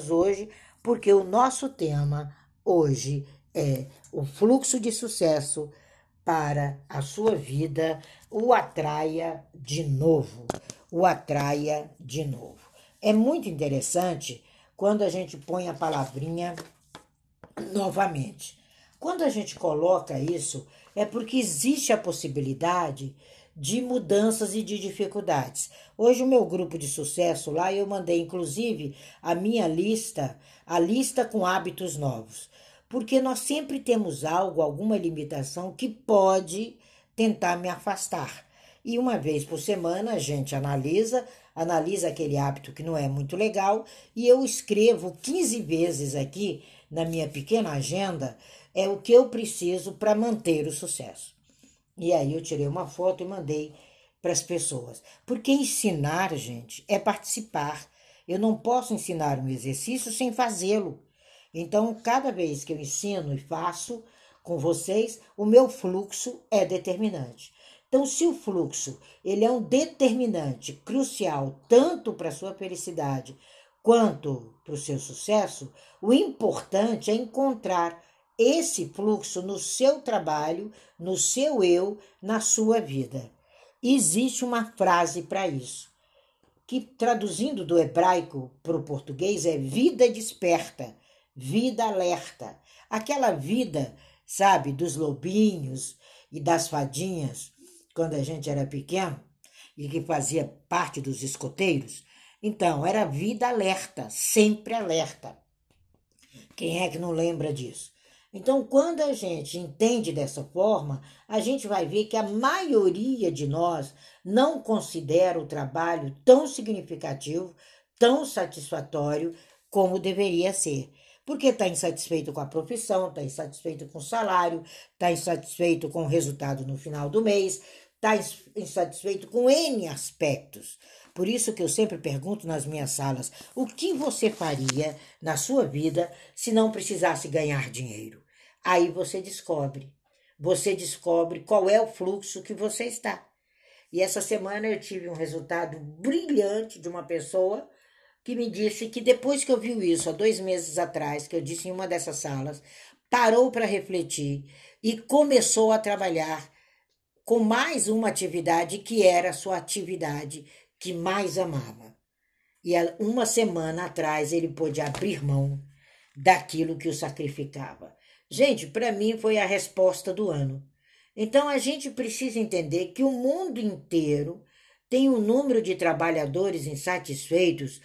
hoje, porque o nosso tema hoje é o fluxo de sucesso para a sua vida. O atraia de novo. O atraia de novo. É muito interessante quando a gente põe a palavrinha novamente. Quando a gente coloca isso, é porque existe a possibilidade de mudanças e de dificuldades. Hoje o meu grupo de sucesso lá, eu mandei inclusive a minha lista, a lista com hábitos novos. Porque nós sempre temos algo, alguma limitação que pode tentar me afastar. E uma vez por semana a gente analisa aquele hábito que não é muito legal, e eu escrevo 15 vezes aqui na minha pequena agenda é o que eu preciso para manter o sucesso. E aí eu tirei uma foto e mandei para as pessoas. Porque ensinar, gente, é participar. Eu não posso ensinar um exercício sem fazê-lo. Então, cada vez que eu ensino e faço com vocês, o meu fluxo é determinante. Então, se o fluxo ele é um determinante crucial tanto para a sua felicidade quanto para o seu sucesso, o importante é encontrar esse fluxo no seu trabalho, no seu eu, na sua vida. Existe uma frase para isso, que traduzindo do hebraico para o português é vida desperta, vida alerta. Aquela vida, sabe, dos lobinhos e das fadinhas, quando a gente era pequeno e que fazia parte dos escoteiros. Então, era vida alerta, sempre alerta. Quem é que não lembra disso? Então, quando a gente entende dessa forma, a gente vai ver que a maioria de nós não considera o trabalho tão significativo, tão satisfatório como deveria ser. Porque está insatisfeito com a profissão, está insatisfeito com o salário, está insatisfeito com o resultado no final do mês, está insatisfeito com N aspectos. Por isso que eu sempre pergunto nas minhas salas, o que você faria na sua vida se não precisasse ganhar dinheiro? Aí você descobre qual é o fluxo que você está. E essa semana eu tive um resultado brilhante de uma pessoa que me disse que depois que eu vi isso, há 2 meses atrás, que eu disse em uma dessas salas, parou para refletir e começou a trabalhar com mais uma atividade que era a sua atividade que mais amava. E uma semana atrás ele pôde abrir mão daquilo que o sacrificava. Gente, para mim foi a resposta do ano. Então a gente precisa entender que o mundo inteiro tem um número de trabalhadores insatisfeitos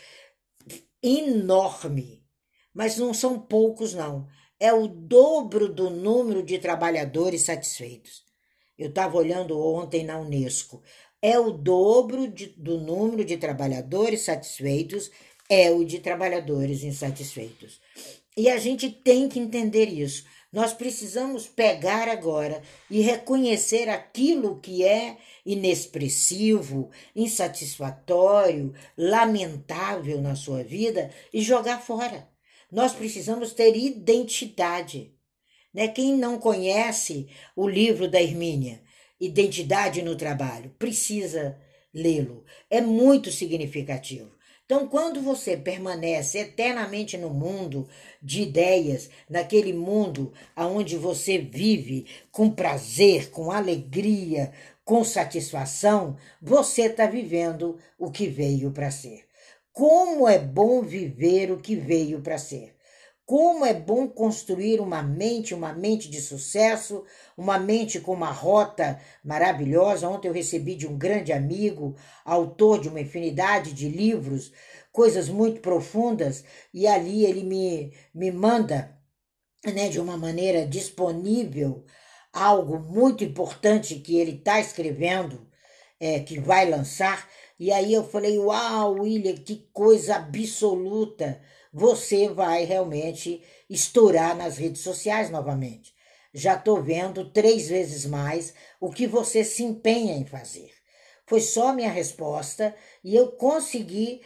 enorme, mas não são poucos, não. É o dobro do número de trabalhadores satisfeitos. Eu estava olhando ontem na Unesco. É o dobro do número de trabalhadores satisfeitos, é o de trabalhadores insatisfeitos. E a gente tem que entender isso. Nós precisamos pegar agora e reconhecer aquilo que é inexpressivo, insatisfatório, lamentável na sua vida e jogar fora. Nós precisamos ter identidade. Né? Quem não conhece o livro da Hermínia, Identidade no Trabalho, precisa lê-lo. É muito significativo. Então, quando você permanece eternamente no mundo de ideias, naquele mundo onde você vive com prazer, com alegria, com satisfação, você está vivendo o que veio para ser. Como é bom viver o que veio para ser. Como é bom construir uma mente de sucesso, uma mente com uma rota maravilhosa. Ontem eu recebi de um grande amigo, autor de uma infinidade de livros, coisas muito profundas, e ali ele me manda, né, de uma maneira disponível, algo muito importante que ele está escrevendo, que vai lançar. E aí eu falei, uau, William, que coisa absoluta! Você vai realmente estourar nas redes sociais novamente. Já estou vendo 3 vezes mais o que você se empenha em fazer. Foi só minha resposta e eu consegui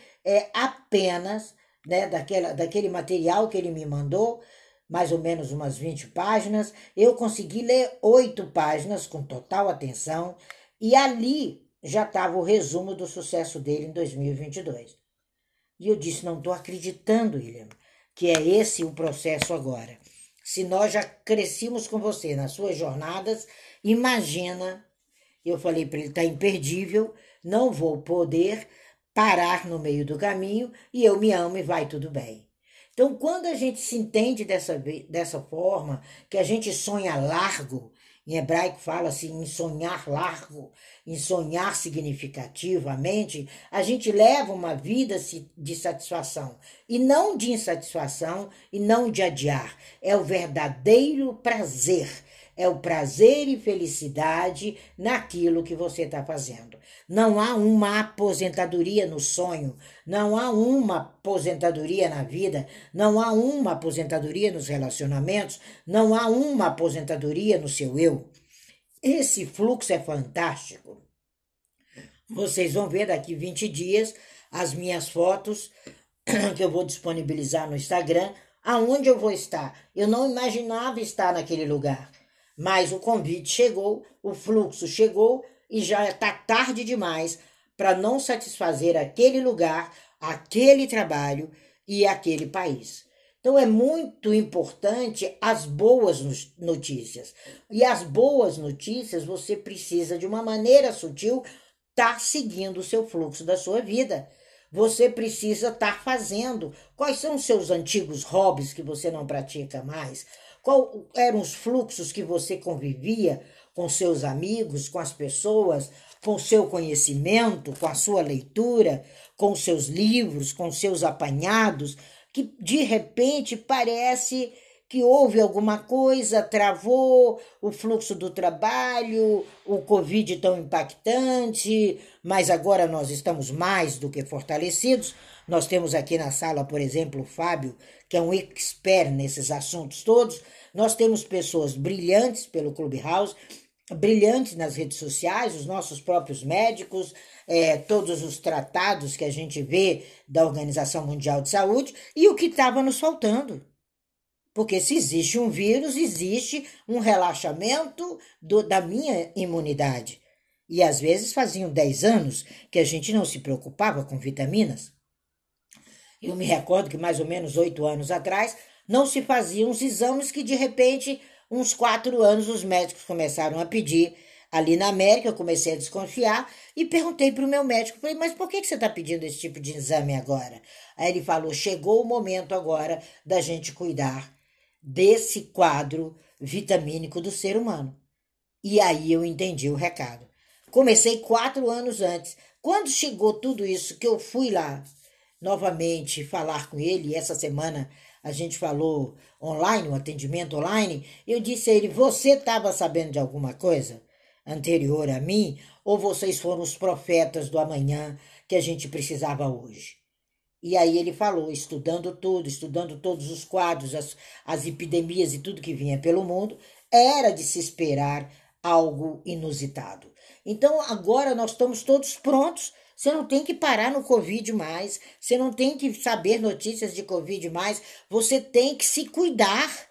apenas, né, daquele material que ele me mandou, mais ou menos umas 20 páginas, eu consegui ler 8 páginas com total atenção e ali já estava o resumo do sucesso dele em 2022. E eu disse, não estou acreditando, William, que é esse o processo agora. Se nós já crescemos com você nas suas jornadas, imagina, eu falei para ele, está imperdível, não vou poder parar no meio do caminho e eu me amo e vai tudo bem. Então, quando a gente se entende dessa forma, que a gente sonha largo, em hebraico fala-se em sonhar largo, em sonhar significativamente, a gente leva uma vida de satisfação, e não de insatisfação, e não de adiar. É o verdadeiro prazer. É o prazer e felicidade naquilo que você está fazendo. Não há uma aposentadoria no sonho, não há uma aposentadoria na vida, não há uma aposentadoria nos relacionamentos, não há uma aposentadoria no seu eu. Esse fluxo é fantástico. Vocês vão ver daqui 20 dias as minhas fotos que eu vou disponibilizar no Instagram, aonde eu vou estar. Eu não imaginava estar naquele lugar, mas o convite chegou, o fluxo chegou e já está tarde demais para não satisfazer aquele lugar, aquele trabalho e aquele país. Então é muito importante as boas notícias. E as boas notícias você precisa, de uma maneira sutil, estar seguindo o seu fluxo da sua vida. Você precisa estar fazendo. Quais são os seus antigos hobbies que você não pratica mais? Quais eram os fluxos que você convivia com seus amigos, com as pessoas, com o seu conhecimento, com a sua leitura, com os seus livros, com os seus apanhados, que de repente parece que houve alguma coisa, travou o fluxo do trabalho, o Covid tão impactante, mas agora nós estamos mais do que fortalecidos. Nós temos aqui na sala, por exemplo, o Fábio, que é um expert nesses assuntos todos. Nós temos pessoas brilhantes pelo Clubhouse, brilhantes nas redes sociais, os nossos próprios médicos, todos os tratados que a gente vê da Organização Mundial de Saúde, e o que estava nos faltando. Porque se existe um vírus, existe um relaxamento da minha imunidade. E às vezes faziam 10 anos que a gente não se preocupava com vitaminas. Eu me recordo que mais ou menos 8 anos atrás não se faziam os exames que de repente, uns 4 anos, os médicos começaram a pedir. Ali na América eu comecei a desconfiar e perguntei para o meu médico, falei, mas por que você está pedindo esse tipo de exame agora? Aí ele falou, chegou o momento agora da gente cuidar desse quadro vitamínico do ser humano. E aí eu entendi o recado. Comecei 4 anos antes. Quando chegou tudo isso, que eu fui lá novamente falar com ele, e essa semana a gente falou online, um atendimento online, eu disse a ele, você estava sabendo de alguma coisa anterior a mim, ou vocês foram os profetas do amanhã que a gente precisava hoje? E aí ele falou, estudando tudo, estudando todos os quadros, as epidemias e tudo que vinha pelo mundo, era de se esperar algo inusitado. Então agora nós estamos todos prontos. Você não tem que parar no Covid mais, você não tem que saber notícias de Covid mais, você tem que se cuidar.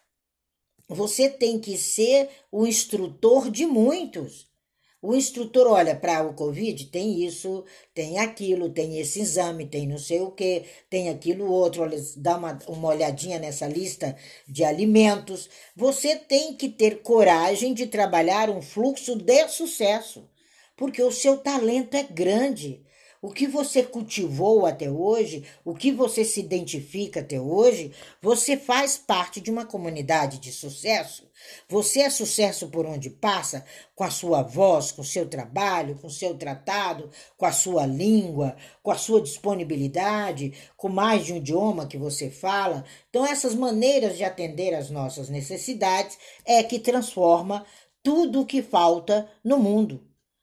Você tem que ser o instrutor de muitos. O instrutor olha para o Covid, tem isso, tem aquilo, tem esse exame, tem não sei o que, tem aquilo outro, olha, dá uma olhadinha nessa lista de alimentos. Você tem que ter coragem de trabalhar um fluxo de sucesso, porque o seu talento é grande. O que você cultivou até hoje, o que você se identifica até hoje, você faz parte de uma comunidade de sucesso. Você é sucesso por onde passa, com a sua voz, com o seu trabalho, com o seu tratado, com a sua língua, com a sua disponibilidade, com mais de um idioma que você fala. Então, essas maneiras de atender às nossas necessidades é que transforma tudo o que falta no mundo.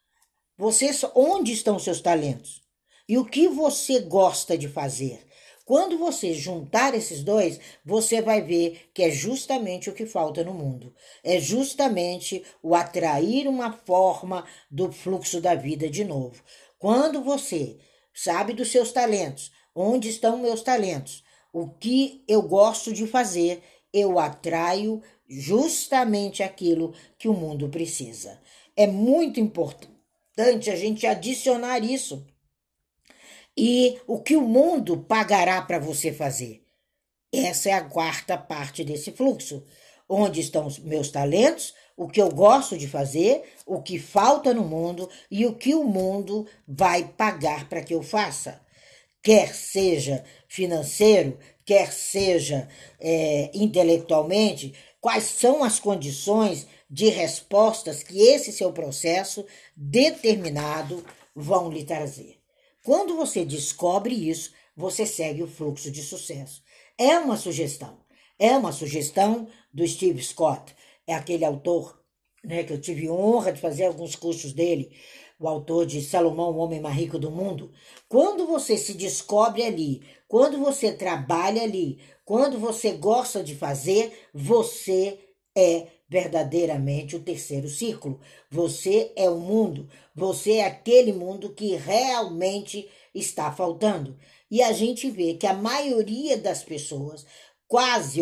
Onde estão os seus talentos? E o que você gosta de fazer? Quando você juntar esses dois, você vai ver que é justamente o que falta no mundo. É justamente o atrair uma forma do fluxo da vida de novo. Quando você sabe dos seus talentos, onde estão meus talentos, o que eu gosto de fazer, eu atraio justamente aquilo que o mundo precisa. É muito importante a gente adicionar isso. e o que o mundo pagará para você fazer. Essa é a quarta parte desse fluxo. Onde estão os meus talentos, o que eu gosto de fazer, o que falta no mundo e o que o mundo vai pagar para que eu faça. Quer seja financeiro, quer seja intelectualmente, quais são as condições de respostas que esse seu processo determinado vão lhe trazer. Quando você descobre isso, você segue o fluxo de sucesso. É uma sugestão. É uma sugestão do Steve Scott. É aquele autor, né, que eu tive honra de fazer alguns cursos dele, o autor de Salomão, o homem mais rico do mundo. Quando você se descobre ali, quando você trabalha ali, quando você gosta de fazer, você é verdadeiramente o terceiro círculo. Você é o mundo, você é aquele mundo que realmente está faltando. E a gente vê que a maioria das pessoas, quase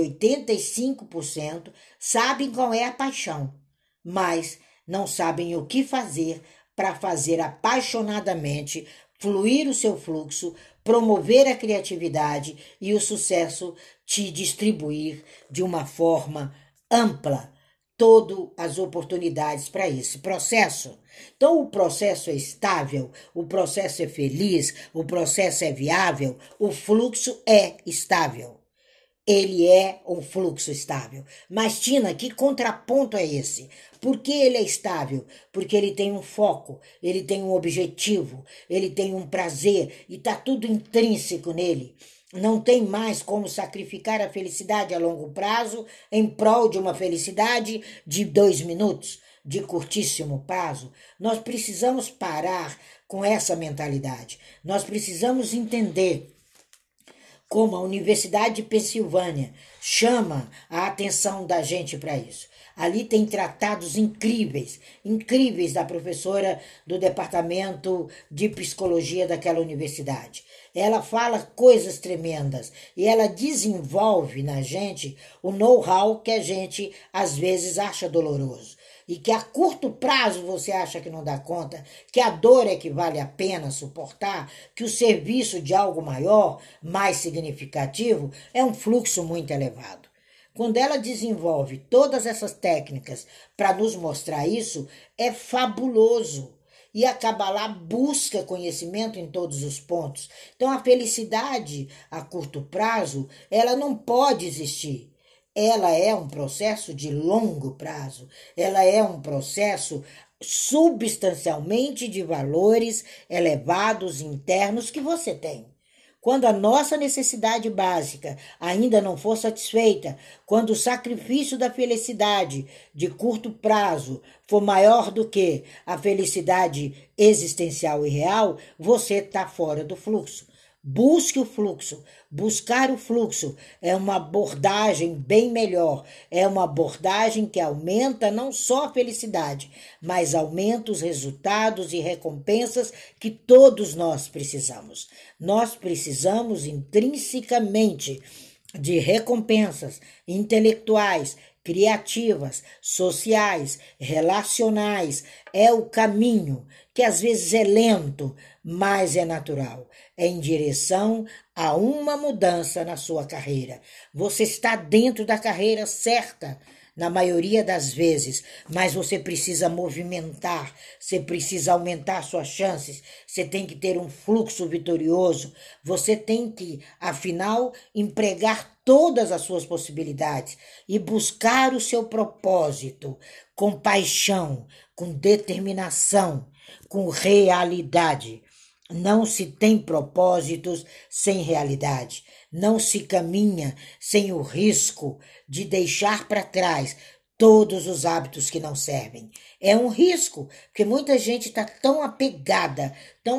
85%, sabem qual é a paixão, mas não sabem o que fazer para fazer apaixonadamente fluir o seu fluxo, promover a criatividade e o sucesso te distribuir de uma forma ampla todas as oportunidades para esse processo. Então, o processo é estável, o processo é feliz, o processo é viável, o fluxo é estável. Ele é um fluxo estável. Mas, Tina, que contraponto é esse? Por que ele é estável? Porque ele tem um foco, ele tem um objetivo, ele tem um prazer e está tudo intrínseco nele. Não tem mais como sacrificar a felicidade a longo prazo em prol de uma felicidade de 2 minutos, de curtíssimo prazo. Nós precisamos parar com essa mentalidade. Nós precisamos entender como a Universidade de Pensilvânia chama a atenção da gente para isso. Ali tem tratados incríveis, incríveis da professora do departamento de psicologia daquela universidade. Ela fala coisas tremendas e ela desenvolve na gente o know-how que a gente às vezes acha doloroso. E que a curto prazo você acha que não dá conta, que a dor é que vale a pena suportar, que o serviço de algo maior, mais significativo, é um fluxo muito elevado. Quando ela desenvolve todas essas técnicas para nos mostrar isso, é fabuloso. E a Kabbalah busca conhecimento em todos os pontos. Então a felicidade a curto prazo, ela não pode existir. Ela é um processo de longo prazo, ela é um processo substancialmente de valores elevados internos que você tem. Quando a nossa necessidade básica ainda não for satisfeita, quando o sacrifício da felicidade de curto prazo for maior do que a felicidade existencial e real, você está fora do fluxo. Busque o fluxo. Buscar o fluxo é uma abordagem bem melhor. É uma abordagem que aumenta não só a felicidade, mas aumenta os resultados e recompensas que todos nós precisamos. Nós precisamos intrinsecamente de recompensas intelectuais, criativas, sociais, relacionais. É o caminho que às vezes é lento, mas é natural. É em direção a uma mudança na sua carreira. Você está dentro da carreira certa, na maioria das vezes, mas você precisa movimentar, você precisa aumentar suas chances, você tem que ter um fluxo vitorioso, você tem que, afinal, empregar todas as suas possibilidades e buscar o seu propósito com paixão, com determinação, com realidade. Não se tem propósitos sem realidade. Não se caminha sem o risco de deixar para trás todos os hábitos que não servem. É um risco, porque muita gente está tão apegada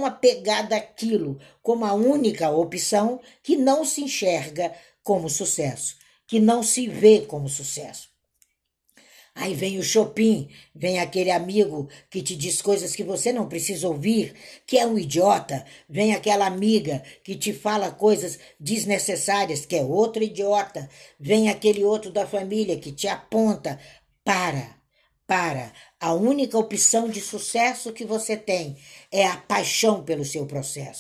àquilo como a única opção que não se enxerga como sucesso, que não se vê como sucesso. Aí vem o Chopin, vem aquele amigo que te diz coisas que você não precisa ouvir, que é um idiota. Vem aquela amiga que te fala coisas desnecessárias, que é outro idiota. Vem aquele outro da família que te aponta. Para. A única opção de sucesso que você tem é a paixão pelo seu processo.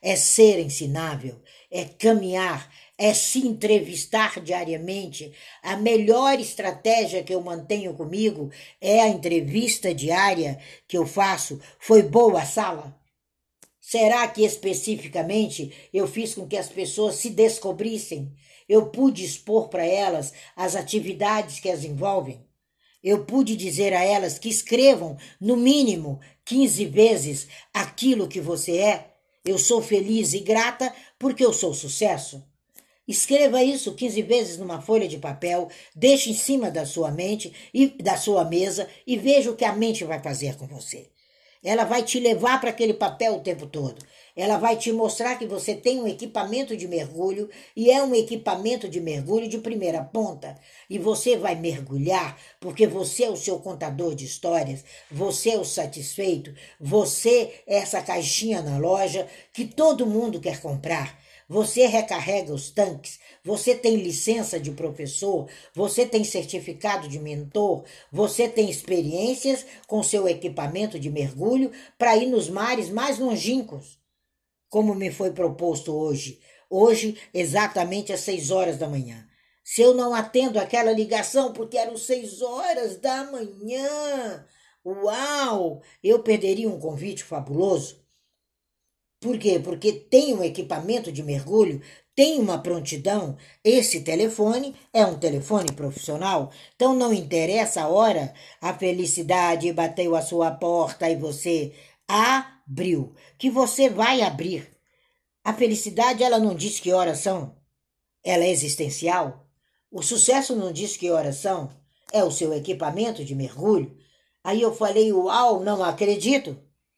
é ser ensinável, é caminhar, é se entrevistar diariamente. A melhor estratégia que eu mantenho comigo é a entrevista diária que eu faço. Foi boa a sala? Será que especificamente eu fiz com que as pessoas se descobrissem? Eu pude expor para elas as atividades que as envolvem? Eu pude dizer a elas que escrevam, no mínimo, 15 vezes aquilo que você é? Eu sou feliz e grata porque eu sou sucesso. Escreva isso 15 vezes numa folha de papel, deixe em cima da sua mente e da sua mesa e veja o que a mente vai fazer com você. Ela vai te levar para aquele papel o tempo todo. Ela vai te mostrar que você tem um equipamento de mergulho e é um equipamento de mergulho de primeira ponta. E você vai mergulhar porque você é o seu contador de histórias, você é o satisfeito, você é essa caixinha na loja que todo mundo quer comprar. Você recarrega os tanques, você tem licença de professor, você tem certificado de mentor, você tem experiências com seu equipamento de mergulho para ir nos mares mais longínquos, como me foi proposto hoje. Hoje, exatamente às 6 horas da manhã. Se eu não atendo aquela ligação porque eram 6 horas da manhã, uau, eu perderia um convite fabuloso. Por quê? Porque tem um equipamento de mergulho, tem uma prontidão. Esse telefone é um telefone profissional, então não interessa a hora, a felicidade bateu a sua porta e você abriu, que você vai abrir. A felicidade, ela não diz que horas são, ela é existencial. O sucesso não diz que horas são, é o seu equipamento de mergulho. Aí eu falei, uau, não acredito.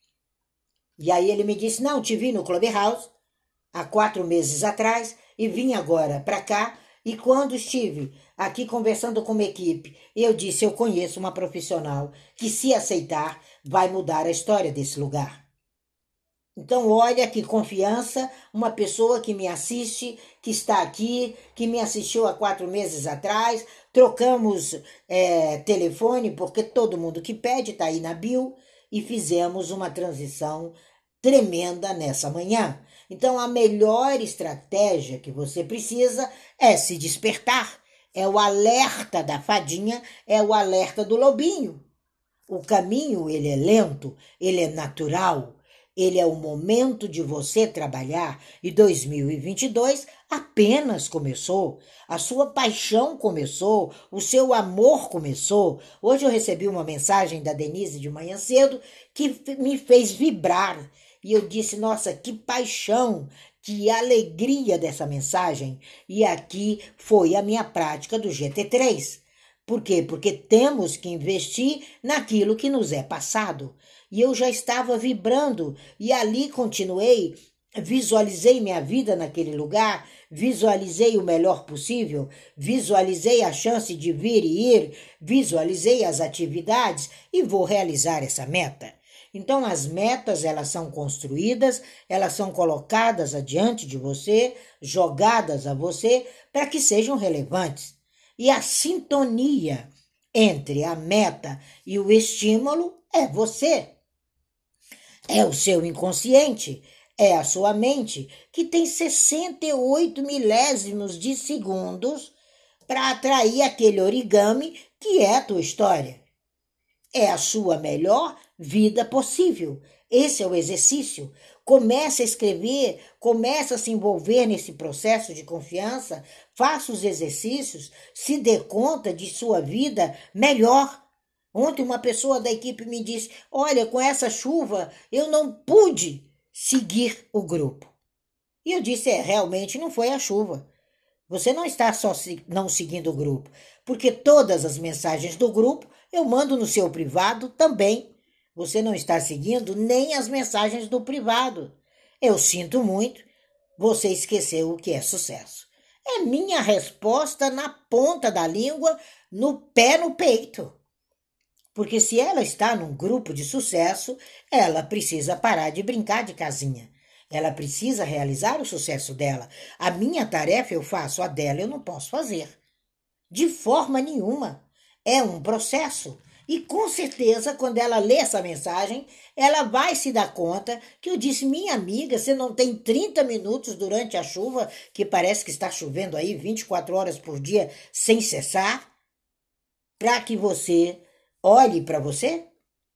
E aí ele me disse, não, te vi no Clubhouse há 4 meses atrás e vim agora para cá. E quando estive aqui conversando com uma equipe, eu disse, eu conheço uma profissional que, se aceitar, vai mudar a história desse lugar. Então, olha que confiança, uma pessoa que me assiste, que está aqui, que me assistiu há 4 meses atrás, trocamos telefone, porque todo mundo que pede está aí na bio, e fizemos uma transição tremenda nessa manhã. Então, a melhor estratégia que você precisa é se despertar. É o alerta da fadinha, é o alerta do lobinho. O caminho, ele é lento, ele é natural, ele é o momento de você trabalhar. E 2022 apenas começou, a sua paixão começou, o seu amor começou. Hoje eu recebi uma mensagem da Denise de manhã cedo que me fez vibrar. E eu disse, nossa, que paixão, que alegria dessa mensagem. E aqui foi a minha prática do GT3. Por quê? Porque temos que investir naquilo que nos é passado. E eu já estava vibrando e ali continuei, visualizei minha vida naquele lugar, visualizei o melhor possível, visualizei a chance de vir e ir, visualizei as atividades e vou realizar essa meta. Então, as metas, elas são construídas, elas são colocadas adiante de você, jogadas a você, para que sejam relevantes. E a sintonia entre a meta e o estímulo é você. É o seu inconsciente, é a sua mente, que tem 68 milésimos de segundos para atrair aquele origami que é a tua história. É a sua melhor vida possível. Esse é o exercício. Comece a escrever, comece a se envolver nesse processo de confiança, faça os exercícios, se dê conta de sua vida melhor. Ontem uma pessoa da equipe me disse, olha, com essa chuva eu não pude seguir o grupo. E eu disse, realmente não foi a chuva. Você não está só não seguindo o grupo, porque todas as mensagens do grupo eu mando no seu privado também. Você não está seguindo nem as mensagens do privado. Eu sinto muito, você esqueceu o que é sucesso. É minha resposta na ponta da língua, no pé no peito. Porque se ela está num grupo de sucesso, ela precisa parar de brincar de casinha. Ela precisa realizar o sucesso dela. A minha tarefa eu faço, a dela eu não posso fazer. De forma nenhuma. É um processo. E com certeza, quando ela lê essa mensagem, ela vai se dar conta que eu disse: minha amiga, você não tem 30 minutos durante a chuva, que parece que está chovendo aí 24 horas por dia sem cessar, para que você olhe para você?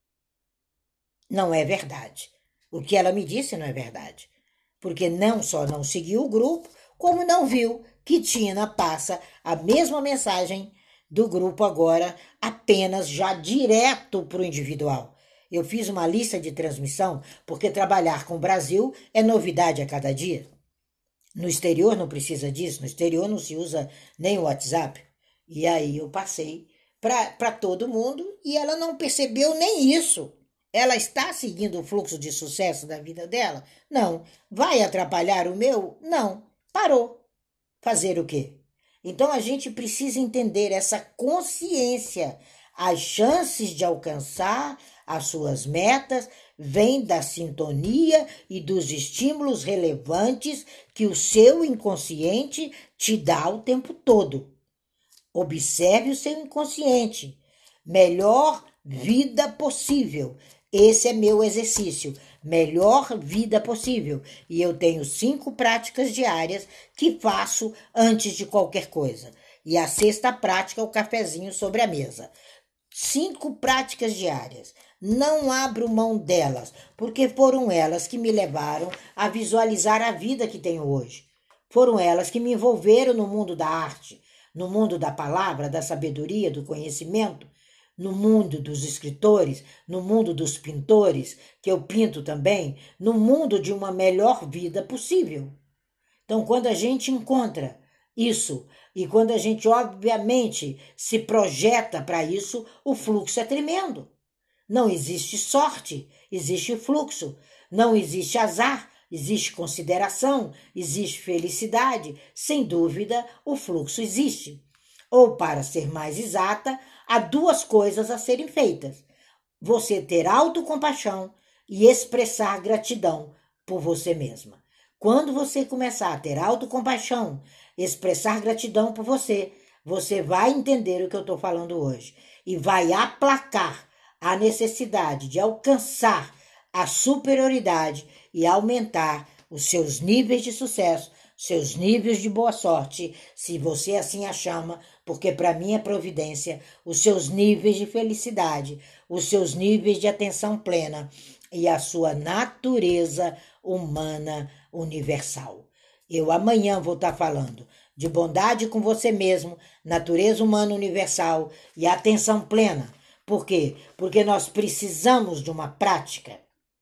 Não é verdade. O que ela me disse não é verdade. Porque não só não seguiu o grupo, como não viu que Tina passa a mesma mensagem do grupo agora, apenas já direto para o individual. Eu fiz uma lista de transmissão, porque trabalhar com o Brasil é novidade a cada dia. No exterior não precisa disso, no exterior não se usa nem o WhatsApp. E aí eu passei para todo mundo e ela não percebeu nem isso. Ela está seguindo o fluxo de sucesso da vida dela? Não. Vai atrapalhar o meu? Não. Parou. Fazer o quê? Então a gente precisa entender essa consciência. As chances de alcançar as suas metas vêm da sintonia e dos estímulos relevantes que o seu inconsciente te dá o tempo todo. Observe o seu inconsciente. Melhor vida possível. Esse é meu exercício. Melhor vida possível. E eu tenho 5 práticas diárias que faço antes de qualquer coisa. E a 6ª prática é o cafezinho sobre a mesa. 5 práticas diárias. Não abro mão delas, porque foram elas que me levaram a visualizar a vida que tenho hoje. Foram elas que me envolveram no mundo da arte, no mundo da palavra, da sabedoria, do conhecimento, no mundo dos escritores, no mundo dos pintores, que eu pinto também, no mundo de uma melhor vida possível. Então, quando a gente encontra isso e quando a gente, obviamente, se projeta para isso, o fluxo é tremendo. Não existe sorte, existe fluxo. Não existe azar, existe consideração, existe felicidade. Sem dúvida, o fluxo existe. Ou, para ser mais exata, há 2 coisas a serem feitas. Você ter autocompaixão e expressar gratidão por você mesma. Quando você começar a ter autocompaixão, expressar gratidão por você, você vai entender o que eu estou falando hoje e vai aplacar a necessidade de alcançar a superioridade e aumentar os seus níveis de sucesso, seus níveis de boa sorte, se você assim a chama, porque para mim é providência, os seus níveis de felicidade, os seus níveis de atenção plena e a sua natureza humana universal. Eu amanhã vou estar falando de bondade com você mesmo, natureza humana universal e atenção plena. Por quê? Porque nós precisamos de uma prática.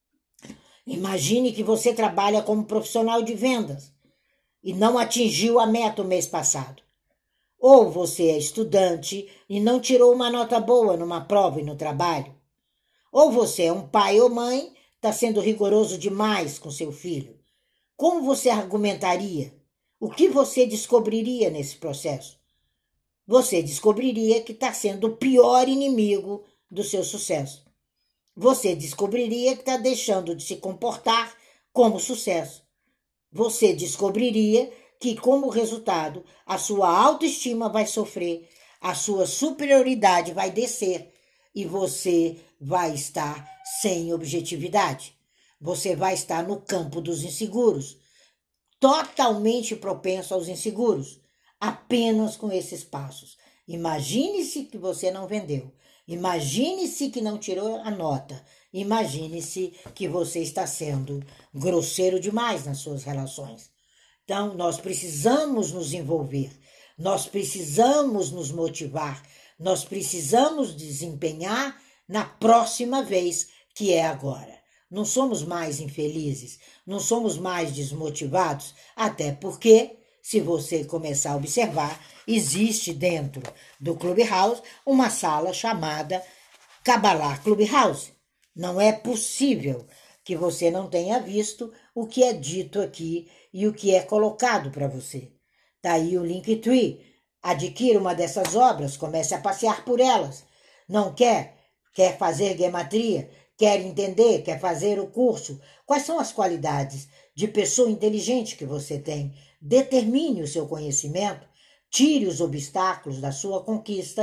Imagine que você trabalha como profissional de vendas e não atingiu a meta o mês passado. Ou você é estudante e não tirou uma nota boa numa prova e no trabalho. Ou você é um pai ou mãe, está sendo rigoroso demais com seu filho. Como você argumentaria? O que você descobriria nesse processo? Você descobriria que está sendo o pior inimigo do seu sucesso. Você descobriria que está deixando de se comportar como sucesso. Você descobriria que, como resultado, a sua autoestima vai sofrer, a sua superioridade vai descer e você vai estar sem objetividade. Você vai estar no campo dos inseguros, totalmente propenso aos inseguros, apenas com esses passos. Imagine-se que você não vendeu. Imagine-se que não tirou a nota. Imagine-se que você está sendo grosseiro demais nas suas relações. Então, nós precisamos nos envolver, nós precisamos nos motivar, nós precisamos desempenhar na próxima vez, que é agora. Não somos mais infelizes, não somos mais desmotivados, até porque, se você começar a observar, existe dentro do Clubhouse uma sala chamada Kabbalah Clubhouse. Não é possível que você não tenha visto o que é dito aqui e o que é colocado para você. Está aí o Linktree. Adquira uma dessas obras, comece a passear por elas. Não quer? Quer fazer gematria? Quer entender? Quer fazer o curso? Quais são as qualidades de pessoa inteligente que você tem? Determine o seu conhecimento, tire os obstáculos da sua conquista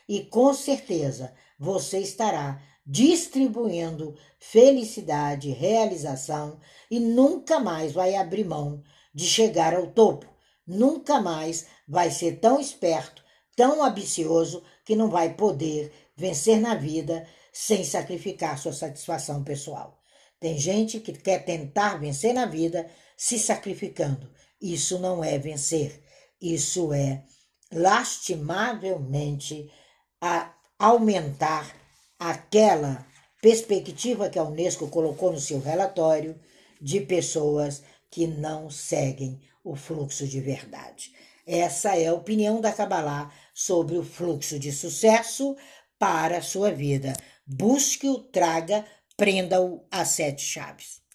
e com certeza você estará distribuindo felicidade, realização e nunca mais vai abrir mão de chegar ao topo. Nunca mais vai ser tão esperto, tão ambicioso que não vai poder vencer na vida sem sacrificar sua satisfação pessoal. Tem gente que quer tentar vencer na vida se sacrificando. Isso não é vencer. Isso é, lastimavelmente, aumentar aquela perspectiva que a Unesco colocou no seu relatório de pessoas que não seguem o fluxo de verdade. Essa é a opinião da Kabbalah sobre o fluxo de sucesso para a sua vida. Busque-o, traga, prenda-o às 7 chaves.